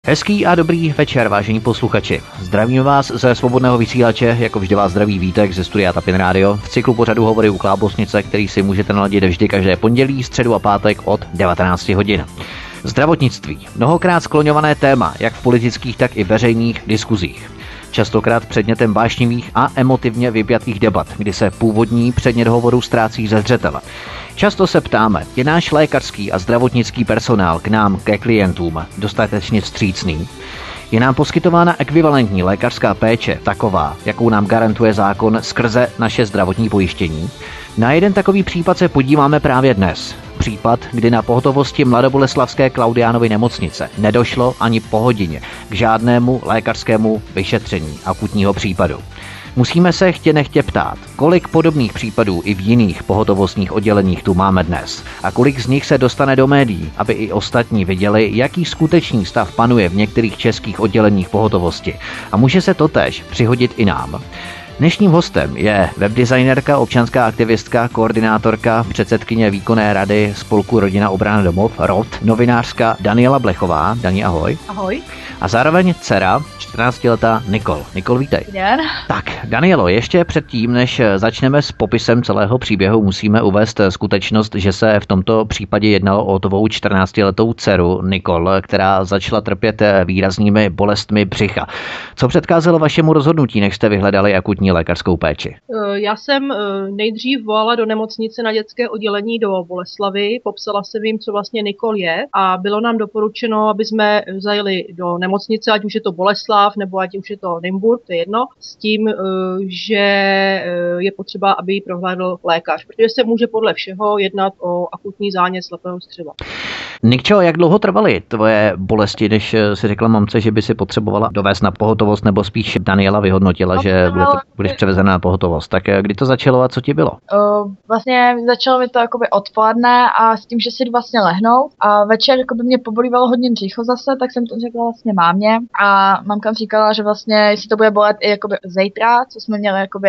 Hezký a dobrý večer, vážení posluchači. Zdravím vás ze Svobodného vysílače, jako vždy vás zdraví Vítek ze studia Tapin Radio v cyklu pořadu Hovory u Klábosnice, který si můžete naladit vždy každé pondělí, středu a pátek od 19 hodin. Zdravotnictví. Mnohokrát skloňované téma, jak v politických, tak i veřejných diskuzích. Častokrát předmětem vášnivých a emotivně vypjatých debat, kdy se původní předmět hovoru ztrácí ze zřetele. Často se ptáme, je náš lékařský a zdravotnický personál k nám, ke klientům, dostatečně vstřícný? Je nám poskytována ekvivalentní lékařská péče, taková, jakou nám garantuje zákon skrze naše zdravotní pojištění? Na jeden takový případ se podíváme právě dnes. Případ, kdy na pohotovosti mladoboleslavské Klaudiánovy nemocnice nedošlo ani po hodině k žádnému lékařskému vyšetření akutního případu. Musíme se chtě nechtě ptát, kolik podobných případů i v jiných pohotovostních odděleních tu máme dnes a kolik z nich se dostane do médií, aby i ostatní viděli, jaký skutečný stav panuje v některých českých odděleních pohotovosti. A může se totéž přihodit i nám. Dnešním hostem je webdesignerka, občanská aktivistka, koordinátorka, předsedkyně výkonné rady spolku Rodina obrana domov, ROD, novinářka Daniela Blechová. Dani, ahoj. Ahoj. A zároveň dcera, 14letá Nikol. Nikol, vítej. Den. Tak, Danielo, ještě předtím, než začneme s popisem celého příběhu, musíme uvést skutečnost, že se v tomto případě jednalo o tvou 14letou dceru Nikol, která začala trpět výraznými bolestmi břicha. Co předcházelo vašemu rozhodnutí, než jste vyhledali akutní lékařskou péči? Já jsem nejdřív volala do nemocnice na dětské oddělení do Boleslavy, popsala jsem jim, co vlastně Nikol je a bylo nám doporučeno, aby jsme zajeli do nemocnice, ať už je to Boleslav, nebo ať už je to Nymburk, to je jedno, s tím, že je potřeba, aby ji prohlédl lékař, protože se může podle všeho jednat o akutní zánět slepého střeva. Nikčo, jak dlouho trvaly tvoje bolesti, než si řekla mamce, že by si potřebovala dovést na pohotovost, nebo spíš Daniela vyhodnotila, že budeš převezena na pohotovost. Tak kdy to začalo a co ti bylo? Vlastně začalo mi to jakoby odpoledne a s tím, že si jdu vlastně lehnout a večer jakoby mě pobolívalo hodně břicho zase, tak jsem to řekla vlastně mámě a mamka říkala, že vlastně jestli to bude bolet i jakoby zítra, co jsme měli jakoby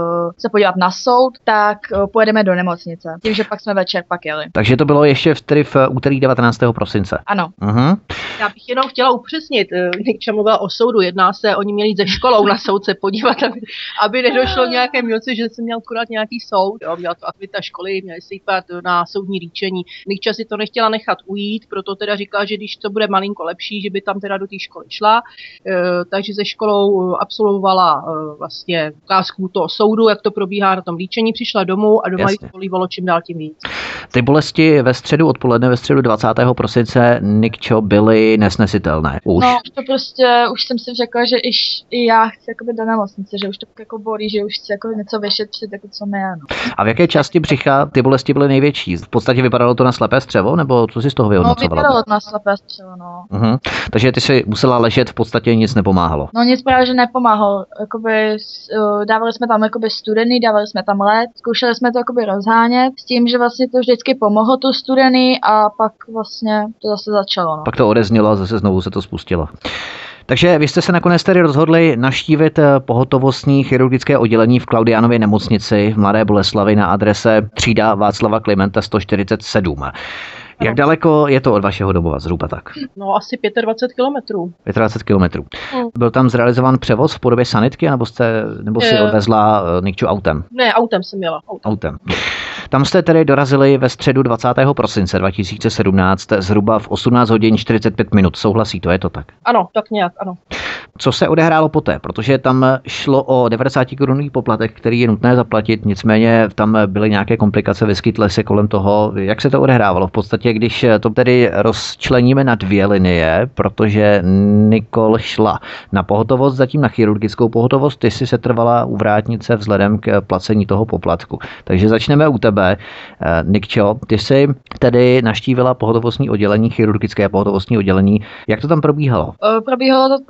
se podívat na soud, tak pojedeme do nemocnice. Tím, že pak jsme večer pak jeli. Takže to bylo ještě v úterý 19. prosince. Ano. Uh-huh. Já bych jenom chtěla upřesnit, Nikča mluvila o soudu, jedná se, oni měli ze školou na soud se podívat, aby nedošlo k nějaké milce, že jsem měl akorát nějaký soud, jo, měla to aktivita školy, měli se jít na soudní líčení. Nikča si to nechtěla nechat ujít, proto teda říkala, že když to bude malinko lepší, že by tam teda do té školy šla, takže ze školou absolvovala vlastně ukázku toho soudu, jak to probíhá na tom líčení, přišla domů a doma jí to bolívalo čím dál tím víc. Ty bolesti ve středu odpoledne, ve středu 20. prosince, Nikčo, byly nesnesitelné. Už. No, to prostě, už jsem si řekla, že i já chci jakoby do nemocnice, že už to jako bolí, že už chci jako něco vyšetřit, jako co mi je. No. A v jaké části břicha ty bolesti byly největší? V podstatě vypadalo to na slepé střevo, nebo co si z toho vyhodnocovala? No, vypadalo to na slepé střevo, no. Uh-huh. Takže ty si musela ležet, v podstatě nic nepomáhalo. No nic právě, že nepomáhalo. Jakoby, dávali jsme tam jakoby studený, dávali jsme tam led, zkoušeli jsme to jakoby rozhánět, s tím, že vlastně to vždycky pomohlo to studený a pak vlastně to zase začalo. No. Pak to odeznělo a zase znovu se to spustilo. Takže vy jste se nakonec tedy rozhodli navštívit pohotovostní chirurgické oddělení v Klaudiánově nemocnici v Mladé Boleslavi na adrese třída Václava Klimenta 147. Jak daleko je to od vašeho domova, zhruba tak? No asi 25 kilometrů. 25 kilometrů. Byl tam zrealizován převoz v podobě sanitky, nebo si odvezla Nikču autem? Ne, autem jsem jela. Autem. Tam jste tedy dorazili ve středu 20. prosince 2017 zhruba v 18 hodin 45 minut. Souhlasí to, je to tak? Ano, tak nějak, ano. Co se odehrálo poté? Protože tam šlo o 90 korunový poplatek, který je nutné zaplatit, nicméně tam byly nějaké komplikace, vyskytly se kolem toho. Jak se to odehrávalo? V podstatě, když to tedy rozčleníme na dvě linie, protože Nikol šla na pohotovost, zatím na chirurgickou pohotovost, ty si se trvala u vrátnice vzhledem k placení toho poplatku. Takže začneme u tebe. Nikčo, ty jsi tedy navštívila pohotovostní oddělení, chirurgické pohotovostní oddělení. Jak to tam probíhalo? Probíhalo to tam, že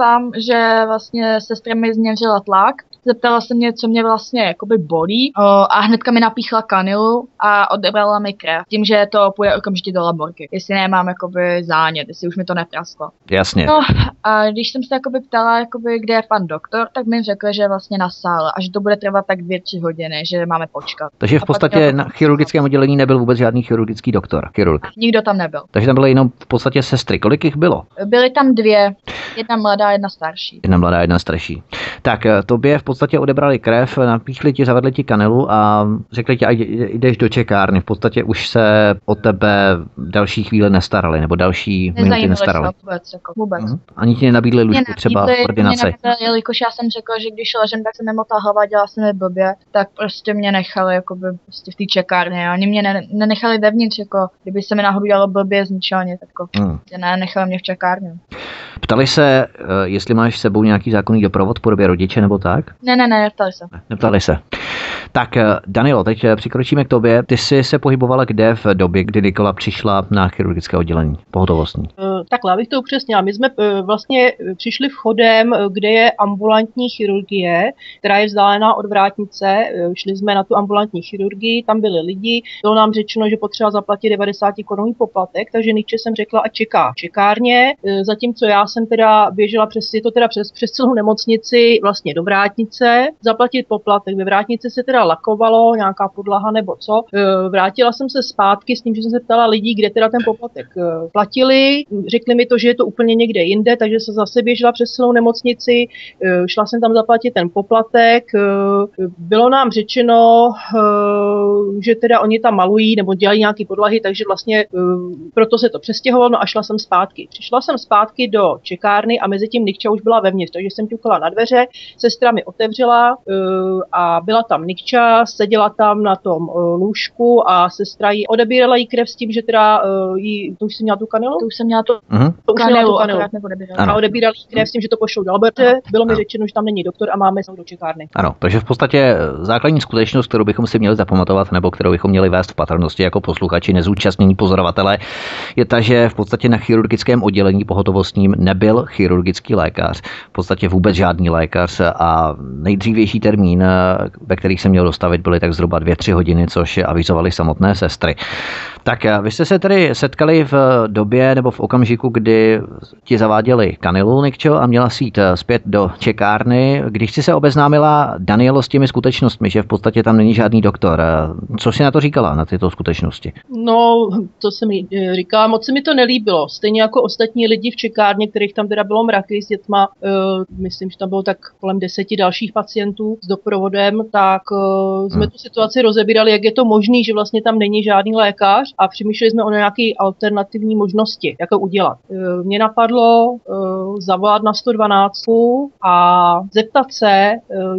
že vlastně sestra mi změřila tlak. Zeptala se mě, co mě vlastně jakoby bolí a hnedka mi napíchla kanilu a odebrala mi krev. Tím, že to půjde okamžitě do laborky. Jestli nemám jakoby zánět, jestli už mi to neprasklo. Jasně. No a když jsem se jakoby ptala, jakoby, kde je pan doktor, tak mi řekl, že je vlastně na sále a že to bude trvat tak 2-3 hodiny, že máme počkat. Takže v podstatě na chirurgickém oddělení nebyl vůbec žádný chirurgický doktor, chirurg. Nikdo tam nebyl. Takže tam byly jenom v podstatě sestry. Kolik jich bylo? Byly tam 2, jedna mladá, jedna starší. Jedna mladá, jedna starší. Tak tobě v podstatě odebrali krev, napíchli ti, zavedli ti kanilu a řekli ti, ať jdeš do čekárny. V podstatě už se o tebe další chvíle nestarali, nebo další minuty nestarali. Vůbec. Ani ti nenabídli lůžku třeba v ordinaci. Jelikož já jsem řekla, že když ležem, tak se mi motá hlava, dělala se mi blbě, tak prostě mě nechali jakoby prostě v té čekárně. Oni mě nenechali vevnitř, jako kdyby se mi náhodou dělalo blbě z ničeho nic, jako nechali mě v čekárně. Ptali se, jestli máš s sebou nějaký zákonný doprovod v podobě rodiče nebo tak? Ne, neptali se. Neptali se. Tak Danilo, teď přikročíme k tobě. Ty jsi se pohybovala kde v době, kdy Nikola přišla na chirurgické oddělení, pohotovostní? Takhle, abych to upřesnila. My jsme vlastně přišli vchodem, kde je ambulantní chirurgie, která je vzdálená od vrátnice. Šli jsme na tu ambulantní chirurgii, tam byli lidi. Bylo nám řečeno, že potřeba zaplatit 90 korunový poplatek, takže nejče jsem řekla, a čeká v čekárně. Zatímco já jsem teda běžela přes celou nemocnici vlastně do vrátnice, zaplatit poplatek. Ve vrátnici se teda lakovalo, nějaká podlaha nebo co. Vrátila jsem se zpátky s tím, že jsem se ptala lidí, kde teda ten poplatek platili. Řekli mi to, že je to úplně někde jinde, takže se zase běžela přes celou nemocnici, šla jsem tam zaplatit ten poplatek. Bylo nám řečeno, že teda oni tam malují nebo dělají nějaké podlahy, takže vlastně proto se to přestěhovalo, no a šla jsem zpátky. Přišla jsem zpátky do čekárny a mezi tím Nikča už byla vevnitř, takže jsem ťukala na dveře, sestra mi otevřela a byla tam Nikča, seděla tam na tom lůžku a sestra jí odebírala jí krev s tím, že teda to už jsem měla tu kanilu? To už jsem měla tu kanilu. A odebírala jí krev s tím, že to pošlou do laboratoře. Bylo mi řečeno, že tam není doktor a máme se do čekárny. Ano, takže v podstatě základní skutečnost, kterou bychom si měli zapamatovat nebo kterou bychom měli vést v patrnosti jako posluchači, nezúčastnění pozorovatelé, je ta, že v podstatě na chirurgickém oddělení pohotovostním nebyl chirurgický lékař, v podstatě vůbec žádný lékař a nejdřívější termín, ve kterých se měl dostavit, byly tak zhruba 2-3 hodiny, což avizovali samotné sestry. Tak vy jste se tedy setkali v době nebo v okamžiku, kdy ti zaváděli kanilu, Nikčo, a měla si jít zpět do čekárny. Když jsi se obeznámila, Danielo, s těmi skutečnostmi, že v podstatě tam není žádný doktor, co jsi na to říkala, na tyto skutečnosti? No, to jsem říkala, moc se mi to nelíbilo. Stejně jako ostatní lidi v čekárně, kterých tam teda bylo mraky s dětma, myslím, že tam bylo tak kolem 10 dalších pacientů s doprovodem, tak jsme tu situaci rozebírali, jak je to možné, že vlastně tam není žádný lékař a přemýšleli jsme o nějaké alternativní možnosti, jak to udělat. Mně napadlo zavolat na 112 a zeptat se,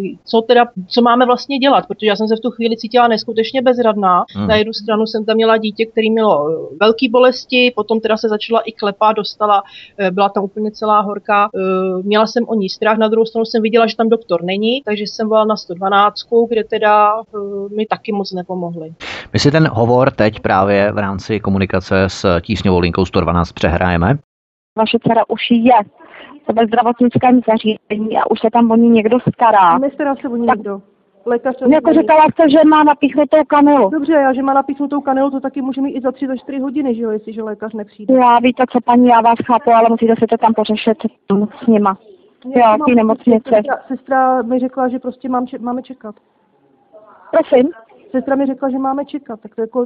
co máme vlastně dělat, protože já jsem se v tu chvíli cítila neskutečně bezradná. Na jednu stranu jsem tam měla dítě, který mělo velké bolesti, potom teda se začala i klepat, byla tam úplně celá horka, měla jsem o ní strach, na druhou stranu jsem viděla, že tam doktor není, takže jsem volala na 112, kde teda mi taky moc nepomohli. My si ten hovor teď právě v rámci komunikace s tísňovou linkou 112 přehrajeme. Vaše dcera už je ve zdravotnickém zařízení a už se tam o ní někdo stará. Nestará se o ní někdo. Lékař jako říkala jste, že má napíchnutou kanilu. Dobře, já že má napíchnutou kanilu, to taky může mít i za 3-4 hodiny, že jo, jestliže lékař nepřijde. Já víte co, paní, já vás chápu, ale musíte si to tam pořešit s nima. Jo, v té nemocnici. Sestra mi řekla, že prostě máme čekat. Prosím? Sestra mi řekla, že máme čekat, tak to jako...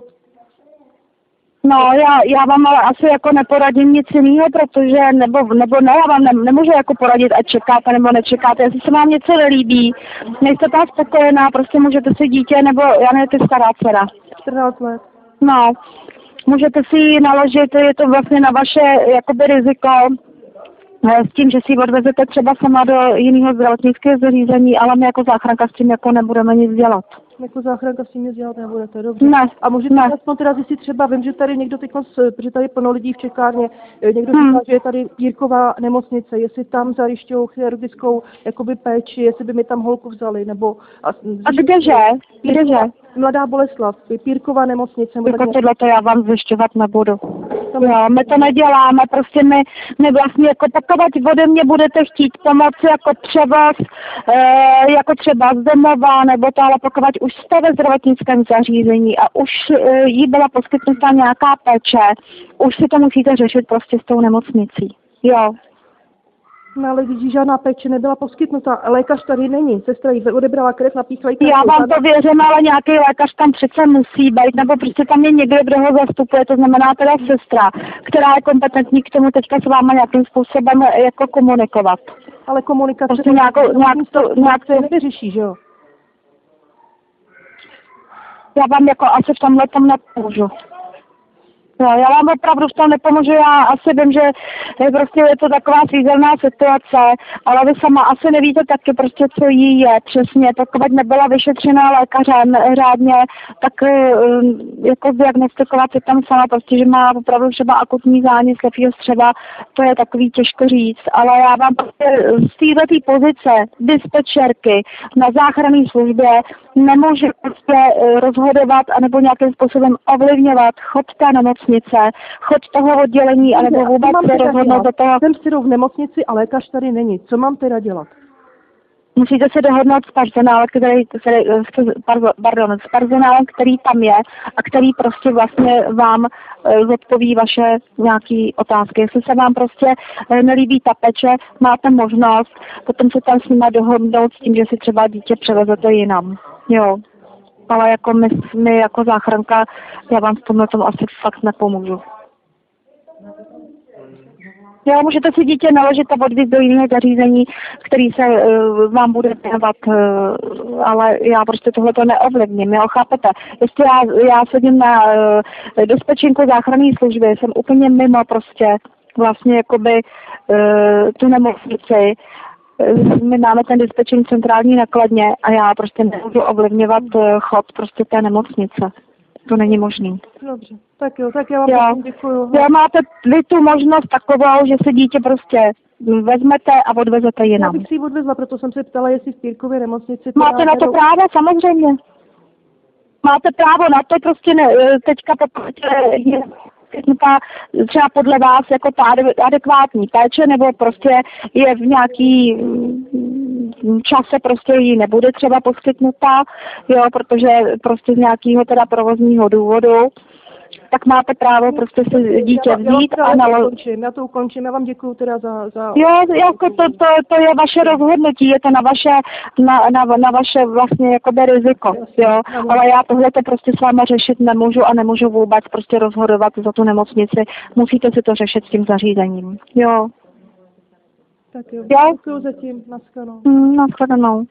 No, já vám ale asi jako neporadím nic jiného, protože, nebo ne, já vám nemůžu jako poradit, ať čekáte nebo nečekáte. Jestli se vám něco nelíbí, nejste tam spokojená, prostě můžete si dítě, nebo já nevím, ty stará dcera. 14 let. No, můžete si ji naložit, je to vlastně na vaše jakoby riziko, s tím, že si ji odvezete třeba sama do jiného zdravotnického zařízení, ale my jako záchranka s tím jako nebudeme nic dělat. Jako záchranka s tím nic dělat nebudete, dobře. Ne. A můžete aspoň teda zjistit třeba, vím, že tady někdo teď, protože tady je plno lidí v čekárně, někdo říká, že je tady Jirková nemocnice, jestli tam zajišťují chirurgickou jakoby péči, jestli by mi tam holku vzali, nebo... A kdeže? Mladá Boleslav, Pírková nemocnice. Jako tohleto já vám zjišťovat nebudu. tam... my to neděláme, prostě my vlastně jako pokud ode mě budete chtít pomoc jako převoz, jako třeba z domova, nebo to, ale pokud už jste ve zdravotnickém zařízení a už jí byla poskytnuta nějaká péče, už si to musíte řešit prostě s tou nemocnicí, jo. No ale vidíš, žádná péče nebyla poskytnuta. Lékař tady není. Sestra jí odebrala krev, napíchla jí. Já vám to věřím, ale nějaký lékař tam přece musí být, nebo prostě tam je někdo, kdo ho zastupuje, to znamená teda sestra, která je kompetentní k tomu teďka s váma nějakým způsobem jako komunikovat. Ale komunikace prostě nějak to nevyřeší, že jo? Já vám jako asi v tomhle tom nepomůžu. No, já vám opravdu v tom nepomůžu, já asi vím, že prostě je to taková svízelná situace, ale vy sama asi nevíte taky prostě, co jí je přesně, pokud nebyla vyšetřená lékařem řádně, tak jako diagnostikovat si tam sama prostě, že má opravdu třeba akutní zánět slepého střeva, to je takový těžko říct, ale já vám prostě z této pozice dispečerky na záchranné službě nemůžu prostě rozhodovat anebo nějakým způsobem ovlivňovat chod té nemocnice, chod toho oddělení, anebo vůbec se rozhodnout do toho. Jsem si v nemocnici a lékař tady není. Co mám teda dělat? Musíte se dohodnout s personálem, s personálem, který tam je a který prostě vlastně vám zodpoví vaše nějaké otázky. Jestli se vám prostě nelíbí ta péče, máte možnost potom se tam s nima dohodnout s tím, že si třeba dítě převezete jinam. Jo. Ale jako my jako záchranka, já vám v tomhle tomu asi fakt nepomůžu. Jo, můžete si dítě naložit a odvízt do jiného zařízení, který se vám bude věnovat, ale já prostě tohleto neovlivním, jo, chápete? Jestli já sedím na dispečinku záchranné služby, jsem úplně mimo prostě vlastně jakoby tu nemocnici. My máme ten dispečing centrální nakladně a já prostě nemůžu ovlivňovat chod prostě té nemocnice. To není možný. Dobře, tak já vám děkuju. Já máte vy tu možnost takovou, že se dítě prostě vezmete a odvezete jinam. Já bych si ji odvezla, proto jsem se ptala, jestli v Pírkově nemocnici... Máte na to právo, samozřejmě. Máte právo na to, prostě teďka pokud je třeba podle vás jako ta adekvátní péče, nebo prostě je v nějaký čase prostě jí nebude třeba poskytnutá, jo, protože prostě z nějakého teda provozního důvodu, tak máte právo prostě si dítě vzít a Já to ukončím, já vám děkuju teda za... Jo, jako to je vaše rozhodnutí, je to na vaše vlastně jakoby riziko, jo, ale já tohle to prostě s váma řešit nemůžu a nemůžu vůbec prostě rozhodovat za tu nemocnici, musíte si to řešit s tím zařízením, jo. Tak jo, děkuju zatím, nashledanou. Nashledanou.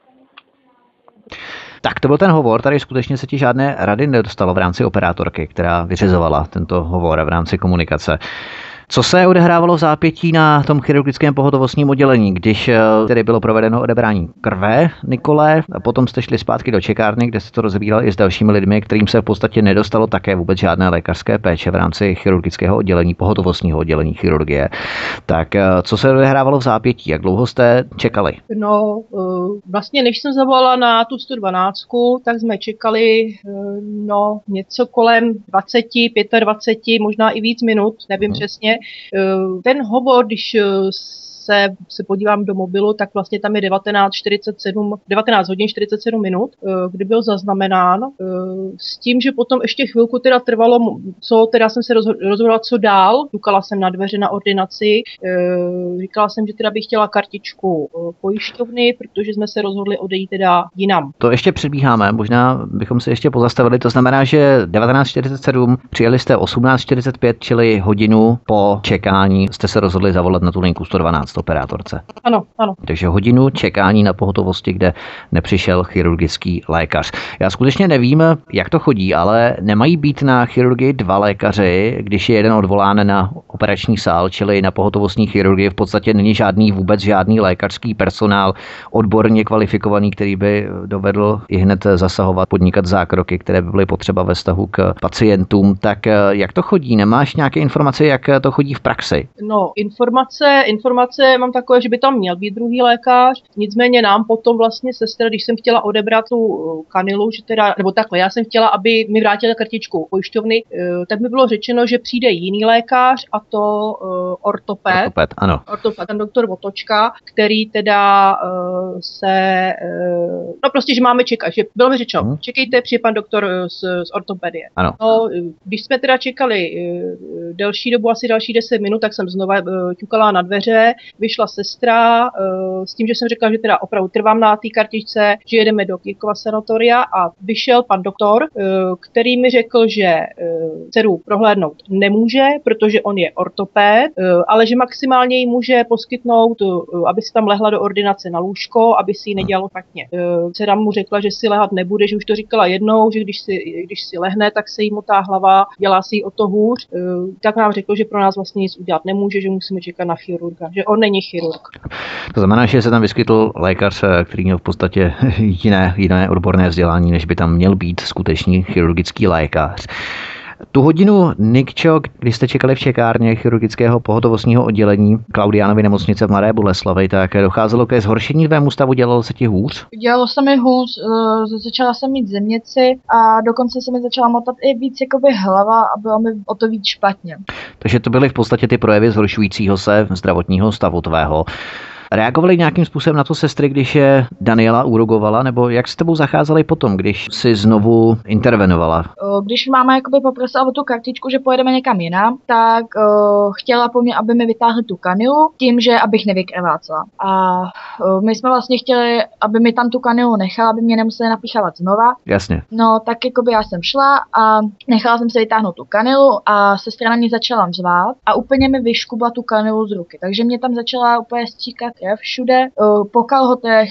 Tak to byl ten hovor, tady skutečně se ti žádné rady nedostalo v rámci operátorky, která vyřizovala tento hovor v rámci komunikace. Co se odehrávalo v zápětí na tom chirurgickém pohotovostním oddělení, když tedy bylo provedeno odebrání krve Nikole, a potom jste šli zpátky do čekárny, kde se to rozebírali i s dalšími lidmi, kterým se v podstatě nedostalo také vůbec žádné lékařské péče v rámci chirurgického oddělení, pohotovostního oddělení chirurgie. Tak co se odehrávalo v zápětí? Jak dlouho jste čekali? No, vlastně než jsem zavolala na tu 112, tak jsme čekali něco kolem 20, 25, možná i víc minut, nevím přesně. Ten hovor, když se podívám do mobilu, tak vlastně tam je 19 hodin 47 minut, kdy byl zaznamenán, s tím, že potom ještě chvilku teda trvalo, teda jsem se rozhodla, co dál, ťukala jsem na dveře na ordinaci, říkala jsem, že teda bych chtěla kartičku pojišťovny, protože jsme se rozhodli odejít teda jinam. To ještě předbíháme, možná bychom se ještě pozastavili, to znamená, že 19:47 přijeli jste 18:45, čili hodinu po čekání jste se rozhodli zavolat na tu linku 112 operátorce. Ano. Takže hodinu čekání na pohotovosti, kde nepřišel chirurgický lékař. Já skutečně nevím, jak to chodí, ale nemají být na chirurgii dva lékaři, když je jeden odvolán na operační sál, čili na pohotovostní chirurgii v podstatě není vůbec žádný lékařský personál odborně kvalifikovaný, který by dovedl i hned zasahovat, podnikat zákroky, které by byly potřeba ve vztahu k pacientům. Tak jak to chodí? Nemáš nějaké informace, jak to chodí v praxi? No, informace zase mám takové, že by tam měl být druhý lékař, nicméně nám potom vlastně sestra, když jsem chtěla odebrat tu kanilu, že teda, nebo takhle, já jsem chtěla, aby mi vrátila kartičku pojišťovny, tak mi bylo řečeno, že přijde jiný lékař a to ortoped, ano. Ortoped, ten doktor Votočka, který teda no prostě, že máme čekat, že bylo mi řečeno, čekejte, přijde pan doktor z ortopedie. Ano. No, když jsme teda čekali delší dobu, asi další 10 minut, tak jsem znova ťukala na dveře, vyšla sestra s tím, že jsem řekla, že teda opravdu trvám na té kartičce, že jedeme do Kirkova sanatoria a vyšel pan doktor, který mi řekl, že dceru prohlédnout nemůže, protože on je ortoped, ale že maximálně jí může poskytnout, aby si tam lehla do ordinace na lůžko, aby si ji nedělalo špatně. Dcera mu řekla, že si lehat nebude, že už to říkala jednou, že když si lehne, tak se jí motá hlava, dělá si jí o to hůř. Tak nám řekl, že pro nás vlastně nic udělat nemůže, že musíme čekat na chirurga, že on není chirurg. To znamená, že se tam vyskytl lékař, který měl v podstatě jiné odborné vzdělání, než by tam měl být skutečný chirurgický lékař. Tu hodinu, Nikčo, kdy jste čekali v čekárně chirurgického pohotovostního oddělení Klaudiánovy nemocnice v Mladé Boleslavi, tak docházelo ke zhoršení tvému stavu, dělalo se ti hůř? Dělalo se mi hůř, začala jsem mít zimnici a dokonce se mi začala motat i víc jakoby hlava a bylo mi o to víc špatně. Takže to byly v podstatě ty projevy zhoršujícího se zdravotního stavu tvého. Reagovali nějakým způsobem na to sestry, když je Daniela urogovala, nebo jak s tebou zacházeli potom, když si znovu intervenovala? Když máma jakoby poprosila o tu kartičku, že pojedeme někam jinam, tak chtěla po mně, aby mi vytáhli tu kanilu, tím, že abych nevykrvácela. A my jsme vlastně chtěli, aby mi tam tu kanilu nechala, aby mě nemuseli napíchávat znova. Jasně. No, tak jakoby já jsem šla a nechala jsem se vytáhnout tu kanilu a sestra na mě začala mřvát a úplně mi vyškubla tu kanilu z ruky. Takže mě tam začala úplně stříkat krev všude, po kalhotech,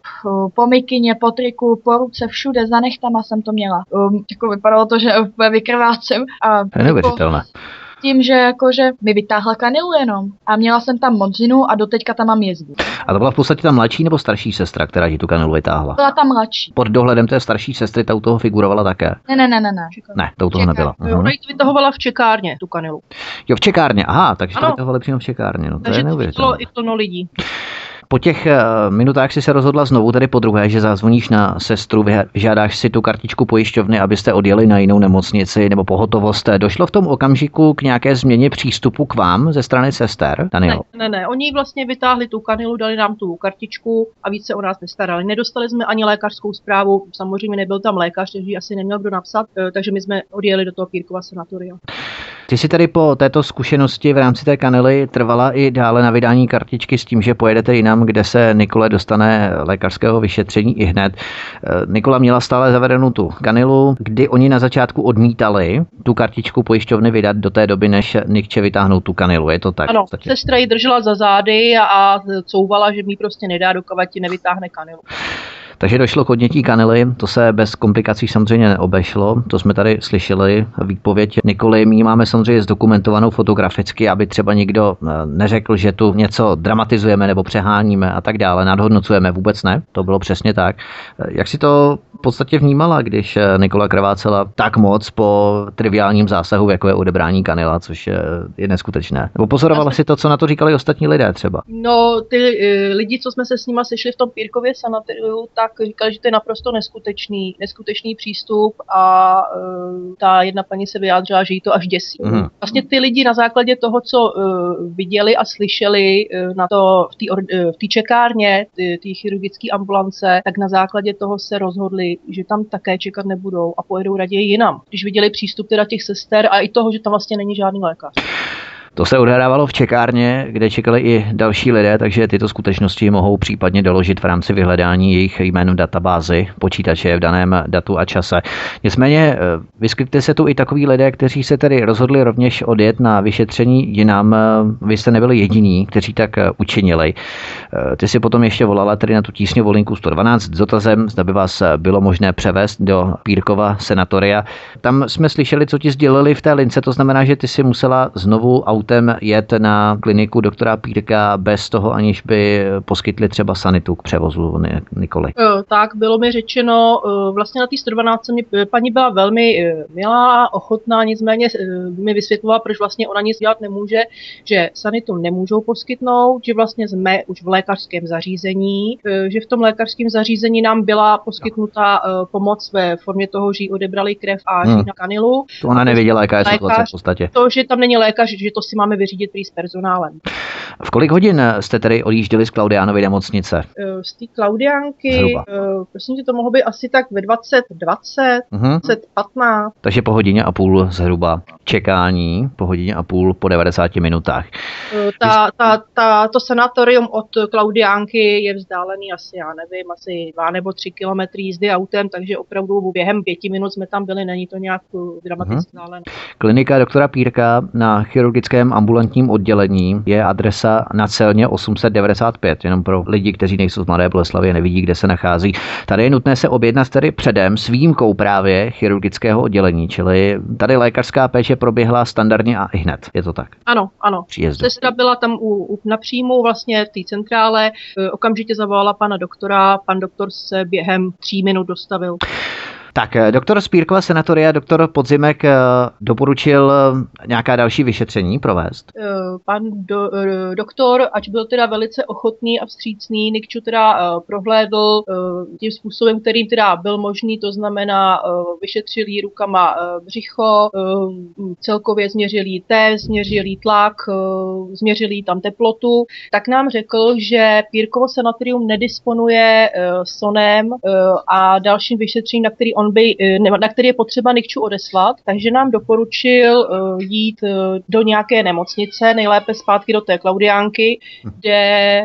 po mikině, po triku, po ruce, všude, za nechtama jsem to měla. Jako vypadalo to, že úplně vykrvácím. To je neuvěřitelné. Tím, že jakože mi vytáhla kanilu jenom a měla jsem tam modřinu a doteďka tam mám jezvu. A to byla v podstatě ta mladší nebo starší sestra, která ti tu kanilu vytáhla? Byla tam mladší. Pod dohledem té starší sestry ta u toho figurovala také? Ne. Ne, to u toho nebyla. Ona ji vytahovala v čekárně, tu kanilu. Jo, v čekárně, aha, takže to vytahovali přímo v čekárně. No, to je neuvěřitelné. Takže to i plno lidí. Po těch minutách si se rozhodla znovu, tedy podruhé, že zazvoníš na sestru, vyžádáš si tu kartičku pojišťovny, abyste odjeli na jinou nemocnici nebo pohotovost. Došlo v tom okamžiku k nějaké změně přístupu k vám ze strany sester, Daniel? Ne. Oni vlastně vytáhli tu kanilu, dali nám tu kartičku a víc se o nás nestarali. Nedostali jsme ani lékařskou zprávu, samozřejmě nebyl tam lékař, takže asi neměl kdo napsat, takže my jsme odjeli do toho Kirkova sanatoria. Ty si tedy po této zkušenosti v rámci té kanily trvala i dále na vydání kartičky s tím, že pojedete jinam, kde se Nikole dostane lékařského vyšetření ihned. Nikola měla stále zavedenou tu kanilu, kdy oni na začátku odmítali tu kartičku pojišťovny vydat do té doby, než Nikče vytáhnou tu kanilu. Je to tak? Ano, sestra ji držela za zády a couvala, že mi prostě nedá, dokud ti nevytáhne kanilu. Takže došlo k odnětí kanily, to se bez komplikací samozřejmě neobešlo, to jsme tady slyšeli výpověď Nikoly, my máme samozřejmě zdokumentovanou fotograficky, aby třeba nikdo neřekl, že tu něco dramatizujeme nebo přeháníme a tak dále, nadhodnocujeme, vůbec ne, to bylo přesně tak. Jak si to v podstatě vnímala, když Nikola krvácela tak moc po triviálním zásahu, jako je odebrání kanila, což je neskutečné? Nebo pozorovala si to, co na to říkali ostatní lidé třeba? No, ty lidi, co jsme se s nima sešli v tom Pírkově sanatoriu, tak říkali, že to je naprosto neskutečný přístup a ta jedna paní se vyjádřila, že jí to až děsí. Vlastně ty lidi na základě toho, co viděli a slyšeli v té čekárně, té chirurgické ambulance, tak na základě toho se rozhodli, že tam také čekat nebudou a pojedou raději jinam. Když viděli přístup teda těch sester a i toho, že tam vlastně není žádný lékař. To se odehrávalo v čekárně, kde čekali i další lidé, takže tyto skutečnosti mohou případně doložit v rámci vyhledání jejich jmen v databázi počítače v daném datu a čase. Nicméně vyskytli se tu i takoví lidé, kteří se tedy rozhodli rovněž odjet na vyšetření jinam. Vy jste nebyli jediní, kteří tak učinili. Ty si potom ještě volala tedy na tu tísňovou linku 112 s dotazem, zda by vás bylo možné převést do Pírkova sanatoria. Tam jsme slyšeli, co ti sdělili v té lince, to znamená, že ty si musela znovu autem jet na kliniku doktora Pírka bez toho, aniž by poskytli třeba sanitu k převozu Nikoly? Tak bylo mi řečeno, vlastně na té 112 mě paní byla velmi milá, ochotná, nicméně mi vysvětlovala, proč vlastně ona nic dělat nemůže, že sanitu nemůžou poskytnout, že vlastně jsme už v lékařském zařízení, že v tom lékařském zařízení nám byla poskytnuta pomoc ve formě toho, že jí odebrali krev a že na kanilu. To ona nevěděla, jaká je situace v podstatě. To, že tam není lékař, že to si máme vyřídit prý s personálem. V kolik hodin jste tedy odjížděli z Klaudiánovy nemocnice? Z té Klaudiánky, prosím tě, to mohlo být asi tak ve 20:20, 20:15. Takže po hodině a půl zhruba čekání, po hodině a půl po 90 minutách. To sanatorium od Klaudiánky je vzdálený asi, já nevím, asi 2 nebo 3 kilometry jízdy autem, takže opravdu během 5 minut jsme tam byli, není to nějak dramaticky vzdálené. Klinika doktora Pírka na chirurgickém ambulantním oddělení je adresa na Celně 895, jenom pro lidi, kteří nejsou z Mladé Boleslavi a nevidí, kde se nachází. Tady je nutné se objednat tedy předem s výjimkou právě chirurgického oddělení, čili tady lékařská péče proběhla standardně a ihned. Je to tak? Ano. Sestra byla tam na příjmu vlastně v té centrále, okamžitě zavolala pana doktora, pan doktor se během 3 minut dostavil. Tak, doktor z Pírkova sanatoria, doktor Podzimek doporučil nějaká další vyšetření provést? Pan doktor, ač byl teda velice ochotný a vstřícný, Nikču teda prohlédl tím způsobem, kterým teda byl možný, to znamená vyšetřil jí rukama břicho, celkově změřil jí test, změřil jí tlak, změřil jí tam teplotu, tak nám řekl, že Pírkovo sanatorium nedisponuje sonem a dalším vyšetřením, na který je potřeba Nikču odeslat, takže nám doporučil jít do nějaké nemocnice, nejlépe zpátky do té Klaudiánky, kde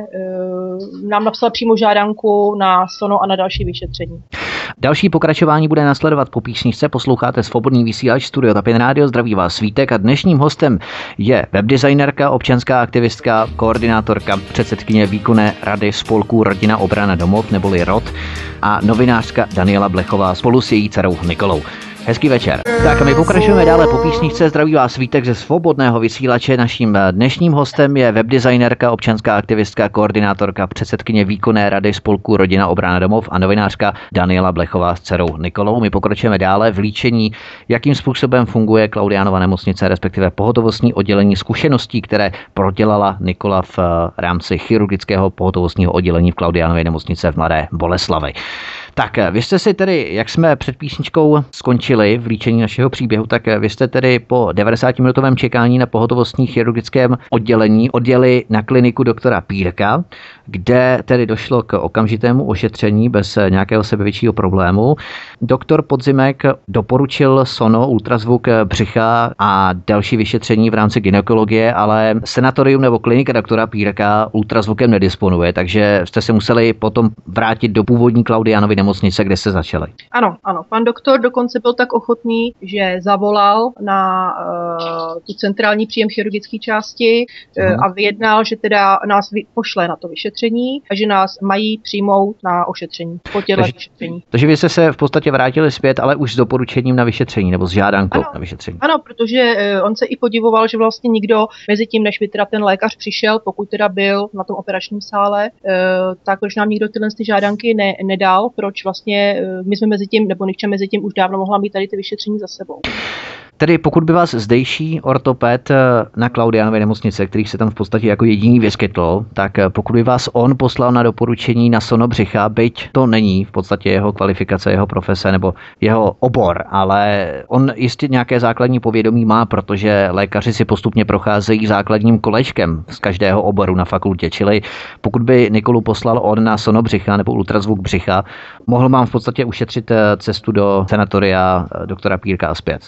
nám napsal přímo žádanku na sono a na další vyšetření. Další pokračování bude následovat po písničce. Posloucháte Svobodný vysílač Studio Tapin Radio, zdraví vás Svítek a dnešním hostem je webdesignerka, občanská aktivistka, koordinátorka, předsedkyně výkonné rady spolku Rodina, obrana, domov neboli ROD a novinářka Daniela Blechová spolu s její dcerou Nikolou. Hezký večer. Tak a my pokračujeme dále po písničce. Zdraví vás Svítek ze Svobodného vysílače. Naším dnešním hostem je webdesignerka, občanská aktivistka, koordinátorka, předsedkyně výkonné rady spolku Rodina, obrana, domov a novinářka Daniela Blechová s dcerou Nikolou. My pokračujeme dále v líčení, jakým způsobem funguje Klaudiánova nemocnice, respektive pohotovostní oddělení, zkušeností, které prodělala Nikola v rámci chirurgického pohotovostního oddělení v Klaudiánově nemocnice v Mladé Boleslavi. Tak vy jste si tedy, jak jsme před písničkou skončili v líčení našeho příběhu, tak vy jste tedy po 90-minutovém čekání na pohotovostní chirurgickém oddělení odjeli na kliniku doktora Pírka, kde tedy došlo k okamžitému ošetření bez nějakého sebevětšího problému. Doktor Podzimek doporučil sono, ultrazvuk břicha a další vyšetření v rámci gynekologie, ale sanatorium nebo klinika doktora Pírka ultrazvukem nedisponuje, takže jste se museli potom vrátit do původní Klaudiánovy nemocnice, kde se začali. Ano. Pan doktor dokonce byl tak ochotný, že zavolal na tu centrální příjem chirurgické části a vyjednal, že teda nás pošle na to vyšetření a že nás mají přijmout na ošetření, po těchto vyšetření. Takže vy jste se v podstatě vrátili zpět, ale už s doporučením na vyšetření nebo s žádankou na vyšetření. Ano, protože on se i podivoval, že vlastně nikdo mezi tím, než by teda ten lékař přišel, pokud teda byl na tom operačním sále, tak proč nám nikdo tyhle žádanky nedal, proč vlastně my jsme mezi tím, nebo Nikča mezi tím už dávno mohla mít tady ty vyšetření za sebou. Tedy pokud by vás zdejší ortoped na Klaudiánově nemocnice, který se tam v podstatě jako jediný vyskytl, tak pokud by vás on poslal na doporučení na sono břicha, byť to není v podstatě jeho kvalifikace, jeho profese nebo jeho obor, ale on jistě nějaké základní povědomí má, protože lékaři si postupně procházejí základním kolečkem z každého oboru na fakultě, čili pokud by Nikolu poslal on na sono břicha nebo ultrazvuk břicha, mohl vám v podstatě ušetřit cestu do sanatoria doktora Pírka a zpět.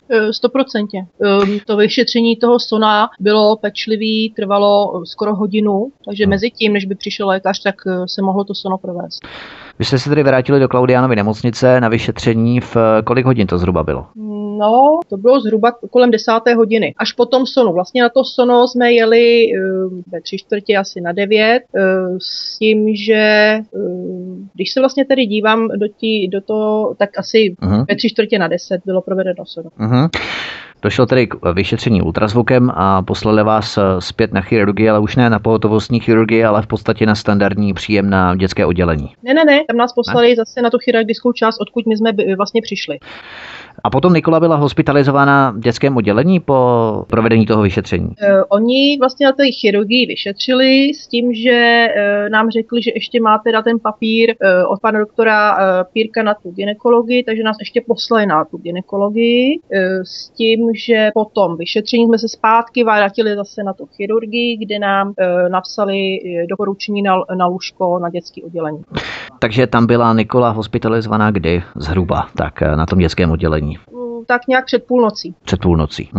100%. To vyšetření toho sona bylo pečlivý, trvalo skoro hodinu, takže mezi tím, než by přišel lékař, tak se mohlo to sono provést. Vy jste se tedy vrátili do Klaudiánovy nemocnice na vyšetření, v kolik hodin to zhruba bylo? No, to bylo zhruba kolem 10. hodiny. Až po tom sonu. Vlastně na to sono jsme jeli ve 3/4 asi na 9, s tím, že když se vlastně tady dívám do toho, tak asi ve 3/4 na 10 bylo provedeno sono. Došlo tedy k vyšetření ultrazvukem a poslali vás zpět na chirurgii, ale už ne na pohotovostní chirurgii, ale v podstatě na standardní příjem na dětské oddělení. Ne, tam nás poslali zase na tu chirurgickou část, odkud my jsme vlastně přišli. A potom Nikola byla hospitalizována v dětském oddělení po provedení toho vyšetření? Oni vlastně na té chirurgii vyšetřili s tím, že nám řekli, že ještě má teda ten papír od pana doktora Pírka na tu gynekologii, takže nás ještě poslali na tu gynekologii s tím, že po tom vyšetření jsme se zpátky vrátili zase na tu chirurgii, kde nám napsali doporučení na lůžko na dětské oddělení. Takže tam byla Nikola hospitalizovaná kdy zhruba, tak na tom dětském oddělení? Tak nějak před půlnocí. Před půlnocí.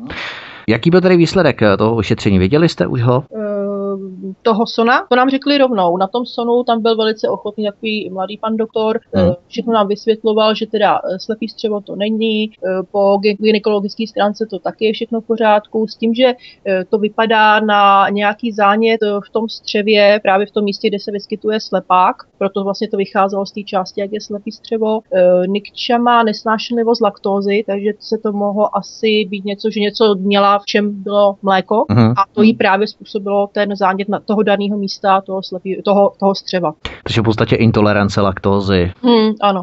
Jaký byl tedy výsledek toho vyšetření? Věděli jste už ho? Toho sona, to nám řekli rovnou. Na tom sonu tam byl velice ochotný takový mladý pan doktor, všechno nám vysvětloval, že teda slepý střevo to není, po gynekologické stránce to taky je všechno v pořádku, s tím, že to vypadá na nějaký zánět v tom střevě, právě v tom místě, kde se vyskytuje slepák, proto vlastně to vycházelo z té části, jak je slepý střevo. Nikča má nesnášenlivost laktózy, takže se to mohlo asi být něco, že něco měla, v čem bylo mléko, a to jí právě způsobilo ten zánět na toho daného místa, toho střeva. Takže v podstatě intolerance laktózy. Ano.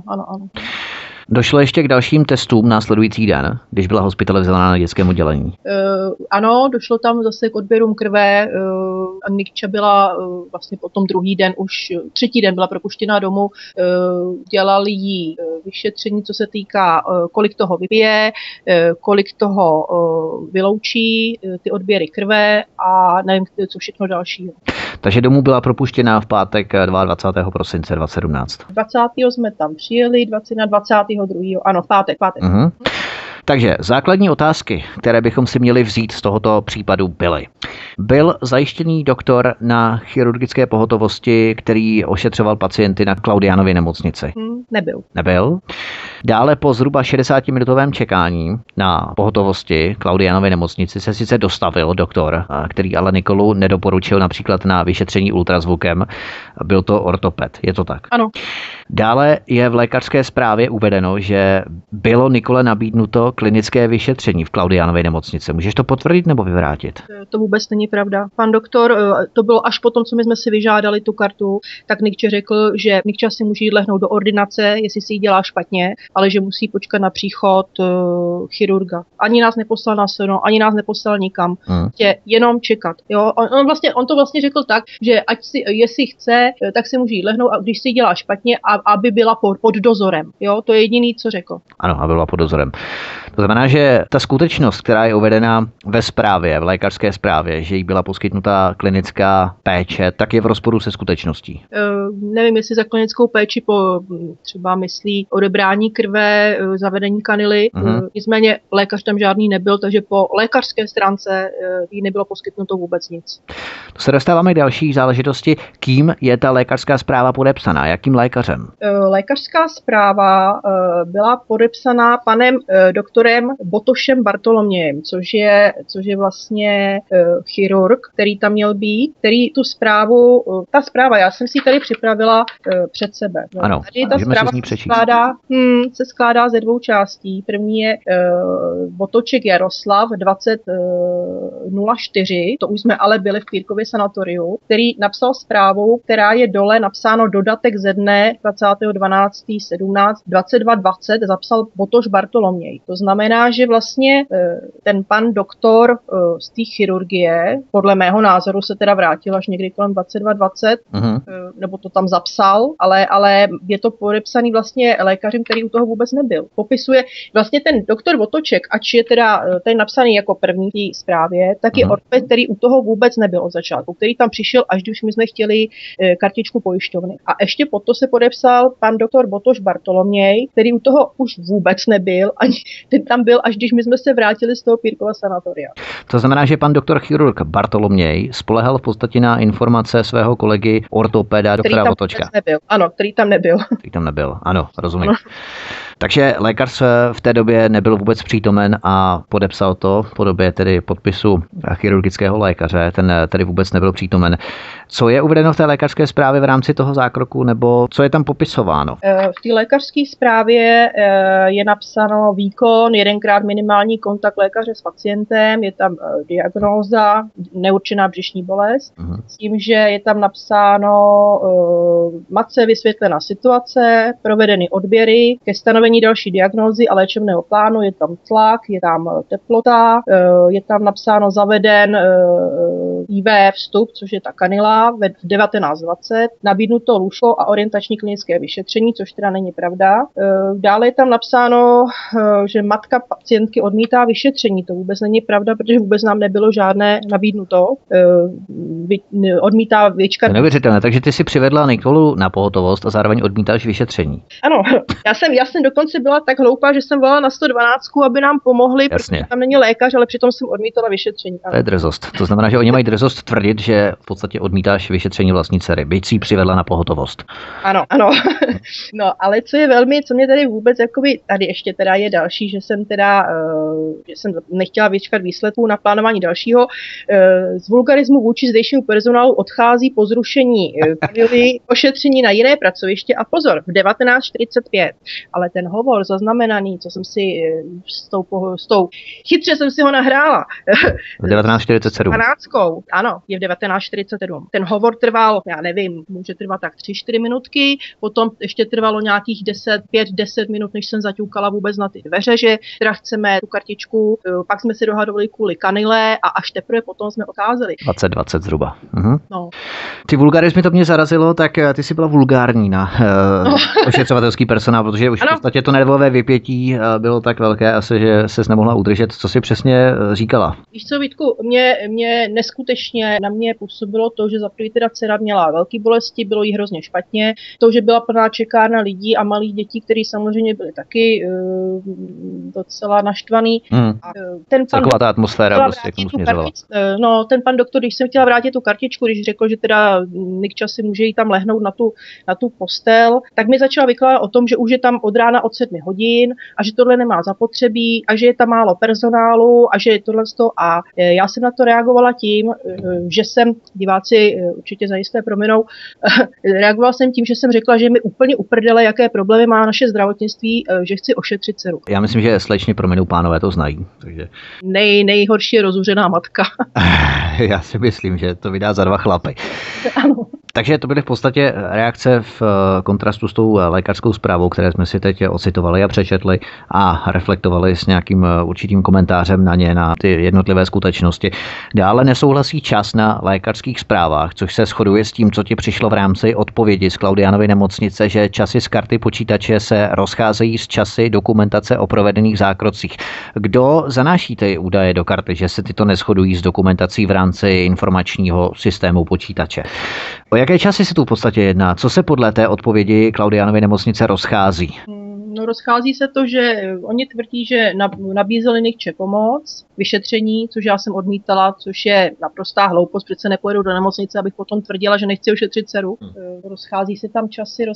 Došlo ještě k dalším testům následující den, když byla hospitalizovaná na dětském oddělení? Ano, došlo tam zase k odběrům krve. Nikča byla vlastně potom třetí den byla propuštěná domů. Dělali jí vyšetření, co se týká, kolik toho vypije, kolik toho vyloučí, ty odběry krve a nevím, co všechno dalšího. Takže domů byla propuštěná v pátek 22. prosince 2017. 20. jsme tam přijeli, 22. Ano, v pátek. Takže základní otázky, které bychom si měli vzít z tohoto případu byly. Byl zajištěný doktor na chirurgické pohotovosti, který ošetřoval pacienty na Klaudiánově nemocnici? Nebyl. Dále po zhruba 60-minutovém čekání na pohotovosti Klaudiánově nemocnici se sice dostavil doktor, který ale Nikolu nedoporučil například na vyšetření ultrazvukem. Byl to ortoped, je to tak? Ano. Dále je v lékařské zprávě uvedeno, že bylo Nikole nabídnuto klinické vyšetření v Klaudiánově nemocnici. Můžeš to potvrdit nebo vyvrátit? To vůbec není pravda. Pan doktor, to bylo až potom, co my jsme si vyžádali tu kartu, tak Nikče řekl, že Nikča si může jít lehnout do ordinace, jestli si ji dělá špatně, ale že musí počkat na příchod chirurga. Ani nás neposlal na seno, ani nás neposlal nikam. Jenom čekat. Jo? On to vlastně řekl tak, že jestli chce, tak si může jít lehnout, a když si ji dělá špatně, aby byla pod dozorem. Jo? To je jediný, co řekl. Ano, aby byla pod dozorem. To znamená, že ta skutečnost, která je uvedena ve zprávě, v lékařské zprávě, že jí byla poskytnuta klinická péče, tak je v rozporu se skutečností. Nevím, jestli za klinickou péči třeba myslí odebrání krve, zavedení kanily. Nicméně lékař tam žádný nebyl, takže po lékařské stránce jí nebylo poskytnuto vůbec nic. To se dostáváme k další záležitosti. Kým je ta lékařská zpráva podepsaná? Jakým lékařem? Lékařská zpráva byla podepsaná panem doktorem Botošem Bartolomějem, což je vlastně chirurg, který tam měl být, který tu zprávu, ta zpráva, já jsem si tady připravila před sebe. Ano, tady ta zpráva se skládá ze dvou částí. První je Botoček Jaroslav 2004, to už jsme ale byli v Pírkově sanatoriu, který napsal zprávu, která je dole napsáno dodatek ze dne 20.12.17 2220, zapsal Botoš Bartoloměj. To znamená, že vlastně ten pan doktor z té chirurgie, podle mého názoru se teda vrátil až někdy kolem 2220, nebo to tam zapsal, ale je to podepsaný vlastně lékařem, který u toho vůbec nebyl. Popisuje vlastně ten doktor Botoček, ač je teda ten napsaný jako první v té zprávě, tak je ortoped, který u toho vůbec nebyl od začátku, který tam přišel, až když my jsme chtěli kartičku pojišťovny. A ještě pod to se podepsal pan doktor Botoš Bartoloměj, který u toho už vůbec nebyl, ani ten tam byl, až když my jsme se vrátili z toho Pírkova sanatoria. To znamená, že pan doktor chirurg Bartoloměj spolehal v podstatě na informace svého kolegy ortopeda doktora Botočka. Nebyl. Ano, který tam nebyl. Který tam nebyl, ano, rozumím. Takže lékař v té době nebyl vůbec přítomen a podepsal to v podobě tedy podpisu chirurgického lékaře, ten tedy vůbec nebyl přítomen. Co je uvedeno v té lékařské zprávě v rámci toho zákroku, nebo co je tam popisováno? V té lékařské zprávě je napsáno výkon, 1krát minimální kontakt lékaře s pacientem, je tam diagnóza, neurčená břišní bolest, s tím, že je tam napsáno matce vysvětlena situace, provedeny odběry, ke stanovení další diagnózy a léčebného plánu, je tam tlak, je tam teplota, je tam napsáno zaveden IV vstup, což je ta kanila v 19:20, nabídnuto lůžko a orientační klinické vyšetření, což teda není pravda. Dále je tam napsáno, že matka pacientky odmítá vyšetření, to vůbec není pravda, protože vůbec nám nebylo žádné nabídnuto. Odmítá vyčkat. Neuvěřitelné, takže ty si přivedla Nikolu na pohotovost a zároveň odmítáš vyšetření. Ano, já jsem dokonce byla tak hloupá, že jsem volala na 112, aby nám pomohli, Jasně. protože tam není lékař, ale přitom jsem odmítala vyšetření. To je drzost. To znamená, že oni mají drzost tvrdit, že v podstatě odmítáš vyšetření vlastní dcery, byť si ji přivedla na pohotovost. Ano. No, ale co mě tady vůbec, jakoby, tady ještě teda je další, že jsem nechtěla vyčkat výsledků na plánování dalšího. Z vulgarismu vůči zdejšímu personálu odchází po zrušení ošetření na jiné pracoviště a pozor, v 19:45. Ale ten hovor zaznamenaný, co jsem si s tou chytře jsem si ho nahrála. V 19:47. 12, ano, je v 19:47. Ten hovor trval, já nevím, může trvat tak 3-4 minutky, potom ještě trvalo nějakých 5-10 minut, než jsem zaťukala vůbec na ty dveře, že teda chceme tu kartičku, pak jsme si dohadovali kvůli kanile a až teprve potom jsme odcházeli. 20 zhruba. No. Ty vulgarismy, to mě zarazilo, tak ty jsi byla vulgární na ošetřovatelský personál, protože už v podstatě to nervové vypětí bylo tak velké asi, že ses nemohla udržet. Co jsi přesně říkala? Víš co, Vítku, mě neskutečně na mě působilo to, že za první teda dcera měla velké bolesti, bylo jí hrozně špatně, to, že byla plná čekárna lidí a malých dětí, kteří samozřejmě byli taky docela naštvaný. Celková ta atmosféra prostě k tomu směřovala. No, ten pan doktor, když jsem chtěla vrátit tu kartičku, když řekl, že teda Nikča si může jít tam lehnout na tu postel, tak mi začala vykládat o tom, že už je tam od rána od 7 hodin a že tohle nemá zapotřebí a že je tam málo personálu a že je tohle a já jsem na to reagovala tím, že jsem, diváci určitě zajisté prominou, reagovala jsem tím, že jsem řekla, že mi úplně uprdele, jaké problémy má naše zdravotnictví, že chci ošetřit dceru. Já myslím, že slečny prominou pánové to znají. Takže... Nejhorší je rozuřená matka. Já si myslím, že to vydá za 2 chlapy. Ano. Takže to byly v podstatě reakce v kontrastu s tou lékařskou zprávou, které jsme si teď ocitovali a přečetli a reflektovali s nějakým určitým komentářem na ně, na ty jednotlivé skutečnosti. Dále nesouhlasí čas na lékařských zprávách, což se shoduje s tím, co ti přišlo v rámci odpovědi z Klaudiánovy nemocnice, že časy z karty počítače se rozcházejí s časy dokumentace o provedených zákrocích. Kdo zanáší ty údaje do karty, že se tyto neshodují s dokumentací v rámci informačního systému počítače? O jaké časy se tu v podstatě jedná? Co se podle té odpovědi Klaudiánovy nemocnice rozchází? No, rozchází se to, že oni tvrdí, že nabízeli Nikče pomoc, vyšetření, což já jsem odmítala, což je naprostá hloupost, přece nepojedu do nemocnice, abych potom tvrdila, že nechci ošetřit dceru. Rozchází se tam časy,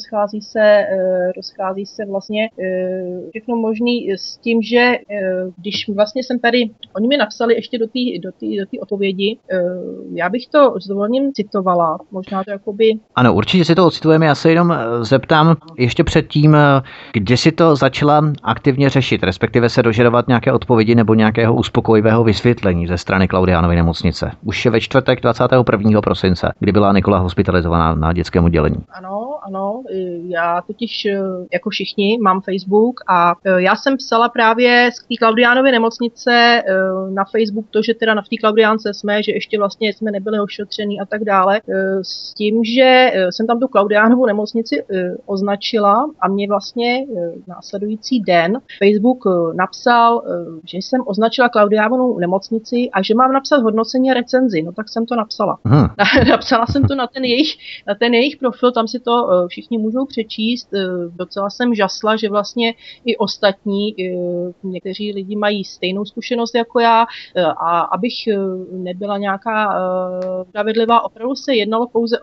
rozchází se vlastně všechno možný s tím, že když vlastně jsem tady, oni mi napsali ještě do té odpovědi, já bych to s dovolením citovala, možná to jakoby... Ano, určitě si to ocitujeme, já se jenom zeptám ještě předtím, kde si to začala aktivně řešit, respektive se dožadovat nějaké odpovědi nebo nějakého uspokojivého vysvětlení ze strany Klaudiánovy nemocnice. Už ve čtvrtek 21. prosince, kdy byla Nikola hospitalizovaná na dětském oddělení. Ano, já totiž jako všichni mám Facebook a já jsem psala právě z té Klaudiánovy nemocnice na Facebook to, že teda v té Klaudiánce jsme, že ještě vlastně jsme nebyli ošetření a tak dále, s tím, že jsem tam tu Klaudiánovu nemocnici označila a mě vlastně následující den Facebook napsal, že jsem označila Klaudiánovu nemocnici a že mám napsat hodnocení a recenzi. No tak jsem to napsala. Napsala jsem to na ten jejich profil, tam si to všichni můžou přečíst. Docela jsem žasla, že vlastně i ostatní, někteří lidi mají stejnou zkušenost jako já, a abych nebyla nějaká spravedlivá, opravdu se jednalo pouze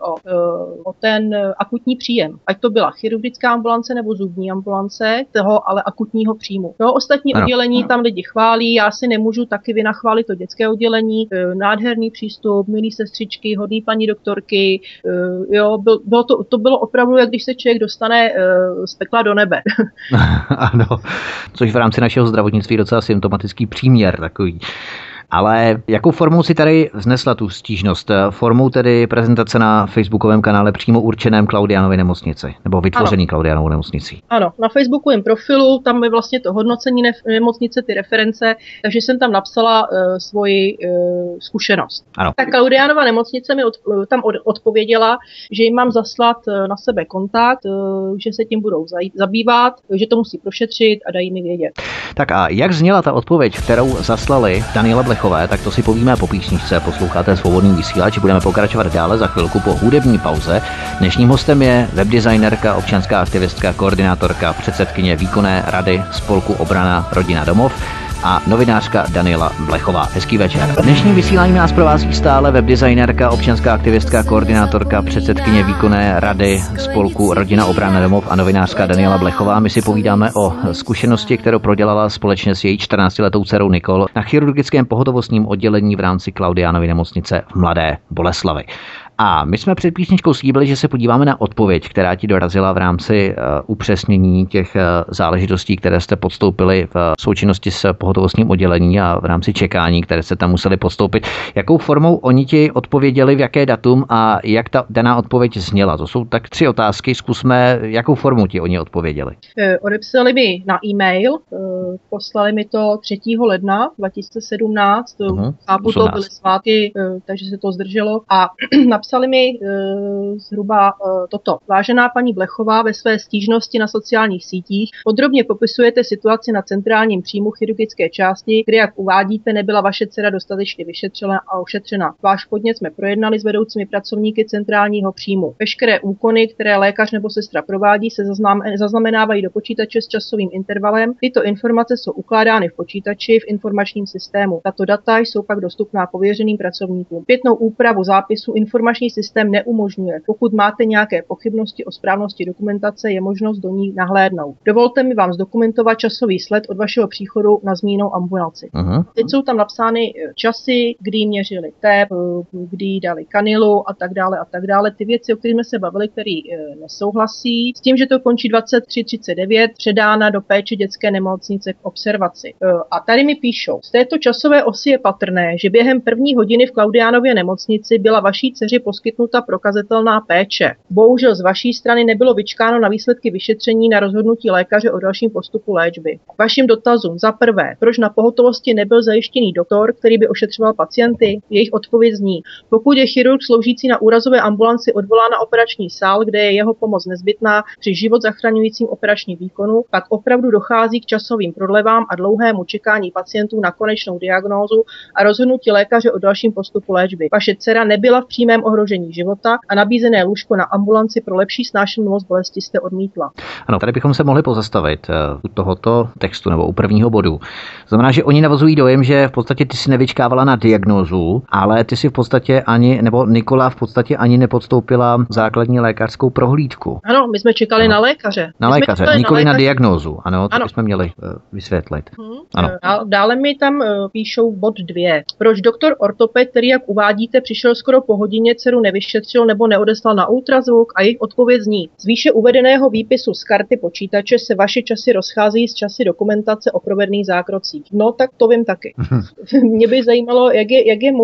o ten akutní příjem. Ať to byla chirurgická ambulance nebo zubní ambulance, toho ale akutního příjmu. No, ostatní oddělení tam lidi chválí, já si nemůžu taky vynachválit to dětské oddělení, nádherný přístup, milý sestřičky, hodný paní doktorky, jo, to bylo opravdu, jak když se člověk dostane z pekla do nebe. Ano, což v rámci našeho zdravotnictví docela symptomatický příměr takový. Ale jakou formou si tady vznesla tu stížnost? Formou tedy prezentace na facebookovém kanále přímo určeném Klaudiánově nemocnici? Nebo vytvořený Klaudiánovou nemocnicí? Ano, na facebookovém profilu, tam je vlastně to hodnocení nemocnice, ty reference, takže jsem tam napsala svoji zkušenost. Ano. Tak Klaudiánova nemocnice mi tam odpověděla, že jim mám zaslat na sebe kontakt, že se tím budou zabývat, že to musí prošetřit a dají mi vědět. Tak a jak zněla ta odpověď, kterou zaslali Daniele Blechové, tak to si povíme po písničce. Posloucháte Svobodný vysílač, budeme pokračovat dále za chvilku po hudební pauze. Dnešním hostem je webdesignerka, občanská aktivistka, koordinátorka, předsedkyně výkonné rady spolku Obrana Rodina Domov a novinářka Daniela Blechová. Hezký večer. Dnešní vysílání nás provází stále webdesignerka, občanská aktivistka, koordinátorka, předsedkyně výkonné rady spolku Rodina Obrana Domov a novinářka Daniela Blechová. My si povídáme o zkušenosti, kterou prodělala společně s její 14letou dcerou Nikol na chirurgickém pohotovostním oddělení v rámci Klaudiánovy nemocnice v Mladé Boleslavi. A my jsme před písničkou slíbili, že se podíváme na odpověď, která ti dorazila v rámci upřesnění těch záležitostí, které jste podstoupili v součinnosti s pohotovostním oddělení a v rámci čekání, které jste tam museli podstoupit. Jakou formou oni ti odpověděli, v jaké datum a jak ta daná odpověď zněla? To jsou tak 3 otázky, zkusme, jakou formou ti oni odpověděli. Odepsali mi na e-mail, poslali mi to 3. ledna 2017, chápu, to byly svátky, takže se to zdrželo a napsali mi zhruba toto. Vážená paní Blechová, ve své stížnosti na sociálních sítích podrobně popisujete situaci na centrálním příjmu chirurgické části, kde, jak uvádíte, nebyla vaše dcera dostatečně vyšetřena a ošetřena. Váš podnět jsme projednali s vedoucími pracovníky centrálního příjmu. Veškeré úkony, které lékař nebo sestra provádí, se zaznamenávají do počítače s časovým intervalem. Tyto informace jsou ukládány v počítači v informačním systému. Tato data jsou pak dostupná pověřeným pracovníkům. Zpětnou úpravu zápisu informační systém neumožňuje. Pokud máte nějaké pochybnosti o správnosti dokumentace, je možnost do ní nahlédnout. Dovolte mi vám zdokumentovat časový sled od vašeho příchodu na zmíněnou ambulanci. Teď jsou tam napsány časy, kdy měřili tep, kdy dali kanilu a tak dále a tak dále. Ty věci, o kterých jsme se bavili, které nesouhlasí, s tím, že to končí 23:39, předána do péče dětské nemocnice k observaci. A tady mi píšou, z této časové osy je patrné, že během 1. hodiny v Klaudiánově nemocnici byla vaší dceři poskytnuta prokazatelná péče. Bohužel z vaší strany nebylo vyčkáno na výsledky vyšetření na rozhodnutí lékaře o dalším postupu léčby. K vašim dotazům: za prvé, proč na pohotovosti nebyl zajištěný doktor, který by ošetřoval pacienty? Jejich odpověď zní: pokud je chirurg sloužící na úrazové ambulanci odvolán na operační sál, kde je jeho pomoc nezbytná při život zachraňujícím operačním výkonu, pak opravdu dochází k časovým prodlevám a dlouhému čekání pacientů na konečnou diagnózu a rozhodnutí lékaře o dalším postupu léčby. Vaše dcera nebyla v přímém ohrožení života a nabízené lůžko na ambulanci pro lepší snášenlivost bolesti jste odmítla. Ano, tady bychom se mohli pozastavit u tohoto textu nebo u prvního bodu. Znamená, že oni navazují dojem, že v podstatě ty si nevyčkávala na diagnózu, ale ty si v podstatě ani, nebo Nikola v podstatě ani nepodstoupila základní lékařskou prohlídku. Ano, my jsme čekali na lékaře. Na lékaře, nikoli na diagnózu. Ano, to bychom měli vysvětlit. Ano. Dále mi tam píšou bod 2. Proč doktor ortoped, který, jak uvádíte, přišel skoro po hodině, dceru nevyšetřil nebo neodeslal na ultrazvuk, a jejich odpověď zní: z výše uvedeného výpisu z karty počítače se vaše časy rozchází s časy dokumentace o provedených zákrocích. No, tak to vím taky. Mě by zajímalo, jak je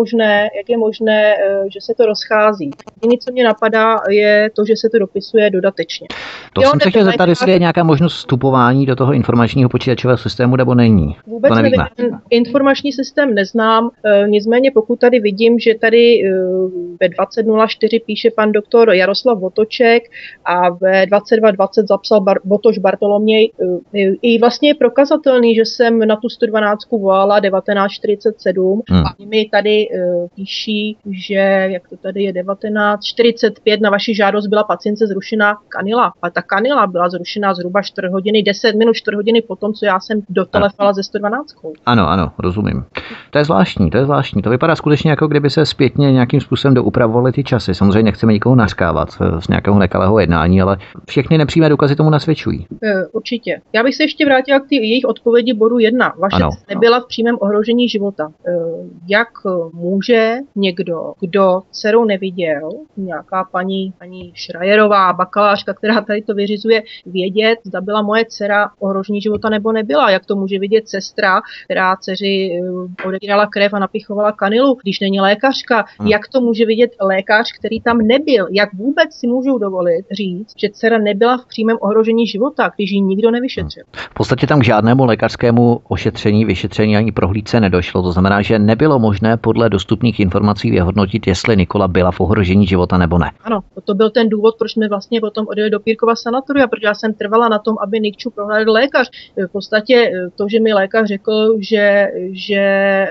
možné, že se to rozchází. Jediné, co mě napadá, je to, že se to dopisuje dodatečně. To jsem se chtěl zeptat, jestli je nějaká možnost vstupování do toho informačního počítačového systému, nebo není. Vůbec to nevíme. Informační systém neznám, nicméně pokud tady vidím, že tady ve 20.04 píše pan doktor Jaroslav Votoček a ve 22.20 zapsal Votoš Bartoloměj. I vlastně je prokazatelný, že jsem na tu 112 volala 19.47 a mi tady píší, že jak to tady je 19.45 na vaši žádost byla pacientce zrušena kanila. A ta kanila byla zrušena zhruba 4 hodiny, 10 minut, 4 hodiny potom, co já jsem dotelefonovala ze 112. Ano, rozumím. To je zvláštní. To vypadá skutečně, jako kdyby se zpětně nějakým způsobem doupravovaly ty časy. Samozřejmě nechceme nikoho nařkávat z nějakého nekalého jednání, ale všechny nepřímé důkazy tomu nasvědčují. Určitě. Já bych se ještě vrátila k té jejich odpovědi bodu 1. Vaše nebyla v přímém ohrožení života. Jak může někdo, kdo dceru neviděl, nějaká paní Šrajerová, bakalářka, která tady to vyřizuje, vědět, zda byla moje dcera ohrožení života nebo nebyla? Jak to může vidět sestra, která dceři odebírala krev a napichovala kanilu, když není lékařka? Jak to může vidět lékař, který tam nebyl? Jak vůbec si můžou dovolit říct, že dcera nebyla v přímém ohrožení života, když ji nikdo nevyšetřil? V podstatě tam k žádnému lékařskému vyšetření ani prohlídce nedošlo. To znamená, že nebylo možné podle dostupných informací vyhodnotit, jestli Nikola byla v ohrožení života nebo ne. Ano, to byl ten důvod, proč jsme vlastně potom odjeli do Pírkova sanatoria, protože já jsem trvala na tom, aby Nikču prohlédl lékař. V podstatě to, že mi lékař řekl, že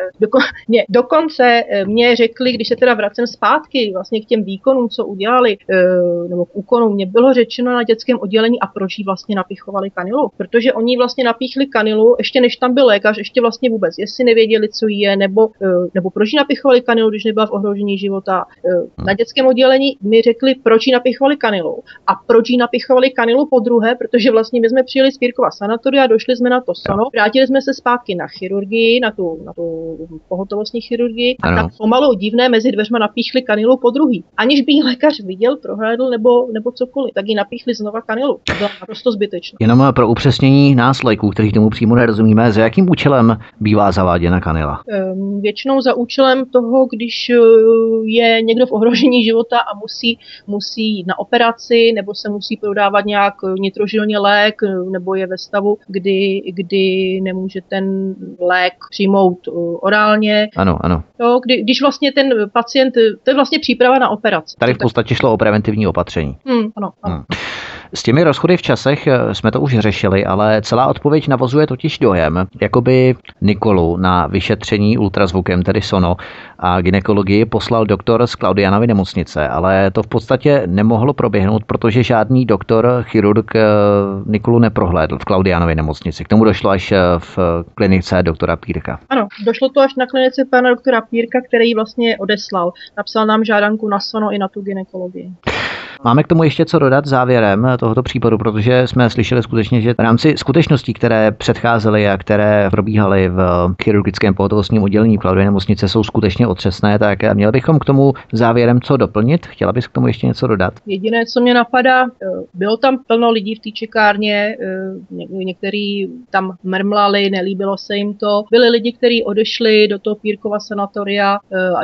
dokonce mě řekli, když se teda vracím zpátky vlastně k těm výkonům, co udělali, nebo k úkonům, mě bylo řečeno na dětském oddělení, a proč jí vlastně napichovali kanilu. Protože oni vlastně napíchli kanilu, ještě než tam byl lékař, ještě vlastně vůbec, jestli nevěděli, co jí je, nebo proč jí napichovali kanilu, když nebyla v ohrožení života. Na dětském oddělení mi řekli, proč jí napichovali kanilu. A proč jí napichovali kanilu podruhé, protože vlastně my jsme přijeli z Pírkova sanatoria, došli jsme na to sono, vrátili jsme se zpátky na chirurgii, na tu pohotovostní chirurgii a tak pomalu divné mezi dveřma napíchli kanilu podruhý. Aniž by jí lékař viděl, prohlédl nebo cokoliv, tak jí napíchli znova kanilu. To bylo naprosto zbytečné. Jenom pro upřesnění nás léků, kteří tomu přímo nerozumíme, za jakým účelem bývá zaváděna kanila? Většinou za účelem toho, když je někdo v ohrožení života a musí jít na operaci, nebo se musí prodávat nějak nitrožilně lék, nebo je ve stavu, kdy nemůže ten lék přijmout orálně. Ano. Když vlastně ten pacient, to je vlastně příprava na operaci. Tady v podstatě šlo o preventivní opatření. Ano. S těmi rozchody v časech jsme to už řešili, ale celá odpověď navozuje totiž dojem, jakoby Nikolu na vyšetření ultrazvukem, tedy sono, a gynekologii poslal doktor z Klaudianovy nemocnice, ale to v podstatě nemohlo proběhnout, protože žádný doktor, chirurg Nikolu neprohlédl v Klaudianově nemocnici. K tomu došlo až v klinice doktora Pírka. Ano, došlo to až na klinice pana doktora Pírka, který ji vlastně odeslal. Napsal nám žádanku na sono i na tu gynekologii. Máme k tomu ještě co dodat závěrem tohoto případu, protože jsme slyšeli skutečně, že v rámci skutečností, které předcházely a které probíhaly v chirurgickém pohotovostním oddělení Klaudiovy nemocnice, jsou skutečně otřesné, tak měli bychom k tomu závěrem co doplnit? Chtěla bys k tomu ještě něco dodat? Jediné, co mě napadá, bylo tam plno lidí v té čekárně, někteří tam mrmlali, nelíbilo se jim to. Byli lidi, kteří odešli do toho Pírkova sanatoria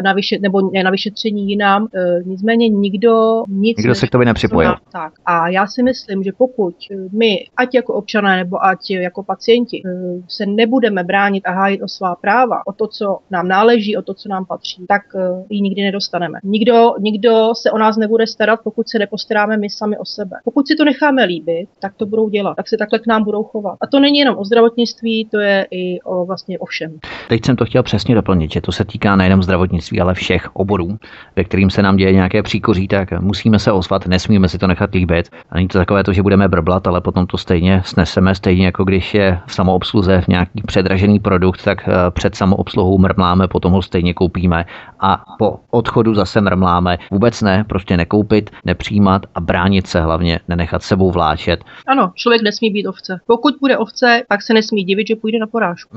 na vyšetření jinam, nicméně nikdo se k tobě nepřipojil. Tak. A já si myslím, že pokud my, ať jako občané nebo ať jako pacienti, se nebudeme bránit a hájit o svá práva, o to, co nám náleží, o to, co nám patří, tak ji nikdy nedostaneme. Nikdo se o nás nebude starat, pokud se nepostaráme my sami o sebe. Pokud si to necháme líbit, tak to budou dělat, tak se takhle k nám budou chovat. A to není jenom o zdravotnictví, to je i vlastně o všem. Teď jsem to chtěl přesně doplnit, že to se týká nejenom zdravotnictví, ale všech oborů, ve kterým se nám děje nějaké příkoří, tak musíme se ozvat, nesmíme si to nechat líbit. A není to takové to, že budeme brblat, ale potom to stejně sneseme, stejně jako když je v samoobsluze nějaký předražený produkt, tak před samoobsluhou mrmláme, potom ho stejně koupíme a po odchodu zase mrmláme. Vůbec ne, prostě nekoupit, nepřijímat a bránit se, hlavně nenechat sebou vláčet. Ano, člověk nesmí být ovce. Pokud bude ovce, tak se nesmí divit, že půjde na porážku.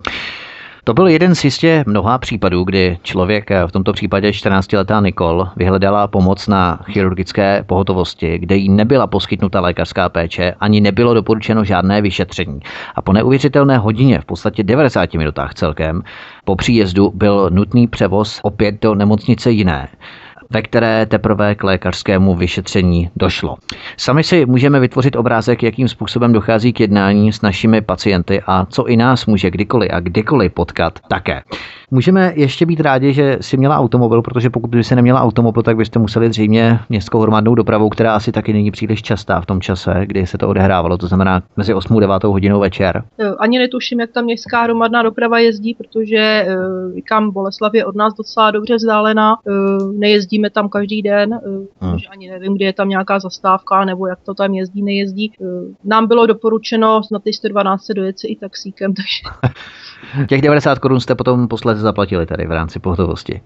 To byl jeden z jistě mnoha případů, kdy člověk, v tomto případě 14letá Nicole, vyhledala pomoc na chirurgické pohotovosti, kde jí nebyla poskytnuta lékařská péče, ani nebylo doporučeno žádné vyšetření. A po neuvěřitelné hodině, v podstatě 90 minutách celkem, po příjezdu byl nutný převoz opět do nemocnice jiné, ve které teprve k lékařskému vyšetření došlo. Sami si můžeme vytvořit obrázek, jakým způsobem dochází k jednání s našimi pacienty a co i nás může kdykoliv a kdekoliv potkat také. Můžeme ještě být rádi, že si měla automobil, protože pokud by si neměla automobil, tak byste museli zřejmě městskou hromadnou dopravou, která asi taky není příliš častá v tom čase, kdy se to odehrávalo, to znamená mezi 8 a 9 hodinou večer. Ani netuším, jak ta městská hromadná doprava jezdí, protože kam Boleslav je od nás docela dobře vzdálená, nejezdíme tam každý den, takže ani nevím, kdy je tam nějaká zastávka, nebo jak to tam jezdí, nejezdí. Nám bylo doporučeno na ty 112 dojet si i taxíkem, takže... Těch 90 korun jste potom posléze zaplatili tady v rámci pohotovosti.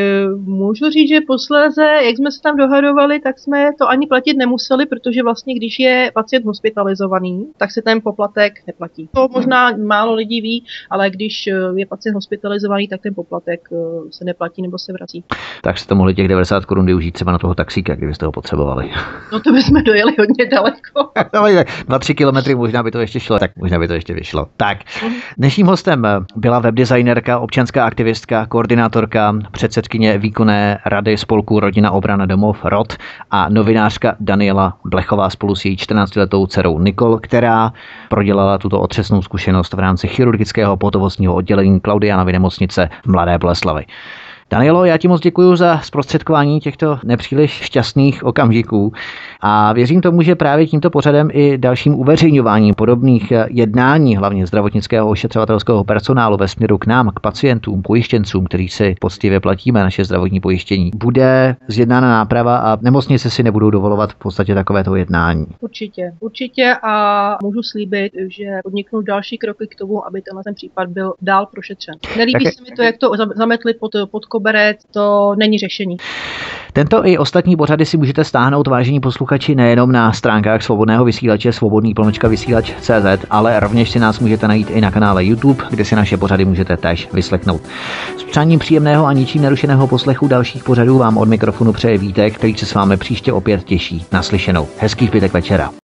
Můžu říct, že posléze, jak jsme se tam dohadovali, tak jsme to ani platit nemuseli, protože vlastně, když je pacient hospitalizovaný, tak se ten poplatek neplatí. To možná málo lidí ví, ale když je pacient hospitalizovaný, tak ten poplatek se neplatí nebo se vrací. Tak jste mohli těch 90 korun využít třeba na toho taxíka, kdybyste ho potřebovali. No to bychom dojeli hodně daleko. 2-3 kilometry možná by to ještě šlo, tak možná by to ještě vyšlo. Tak, dnešním hostem byla webdesignerka, občanská aktivistka, koordinátorka, předsedkyně výkonné rady spolku Rodina obrana domov ROD a novinářka Daniela Blechová spolu s její 14letou dcerou Nikol, která prodělala tuto otřesnou zkušenost v rámci chirurgického pohotovostního oddělení Klaudiánovy nemocnice v Mladé Boleslavi. Danielo, já ti moc děkuji za zprostředkování těchto nepříliš šťastných okamžiků a věřím tomu, že právě tímto pořadem i dalším uveřejňováním podobných jednání, hlavně zdravotnického ošetřovatelského personálu ve směru k nám, k pacientům, pojištěncům, kteří si poctivě platíme naše zdravotní pojištění, bude zjednána náprava a nemocnice si nebudou dovolovat v podstatě takovéto jednání. Určitě a můžu slíbit, že podniknu další kroky k tomu, aby ten případ byl dál prošetřen. Nelíbí se mi to, jak to zametli pod koberec, to není řešení. Tento i ostatní pořady si můžete stáhnout, vážení posluchači, nejenom na stránkách svobodného vysílače svobodný-vysílač.cz, ale rovněž si nás můžete najít i na kanále YouTube, kde si naše pořady můžete též vyslechnout. S přáním příjemného a ničím nerušeného poslechu dalších pořadů vám od mikrofonu přeje Vítek, který se s vámi příště opět těší. Naslyšenou. Hezký zbytek večera.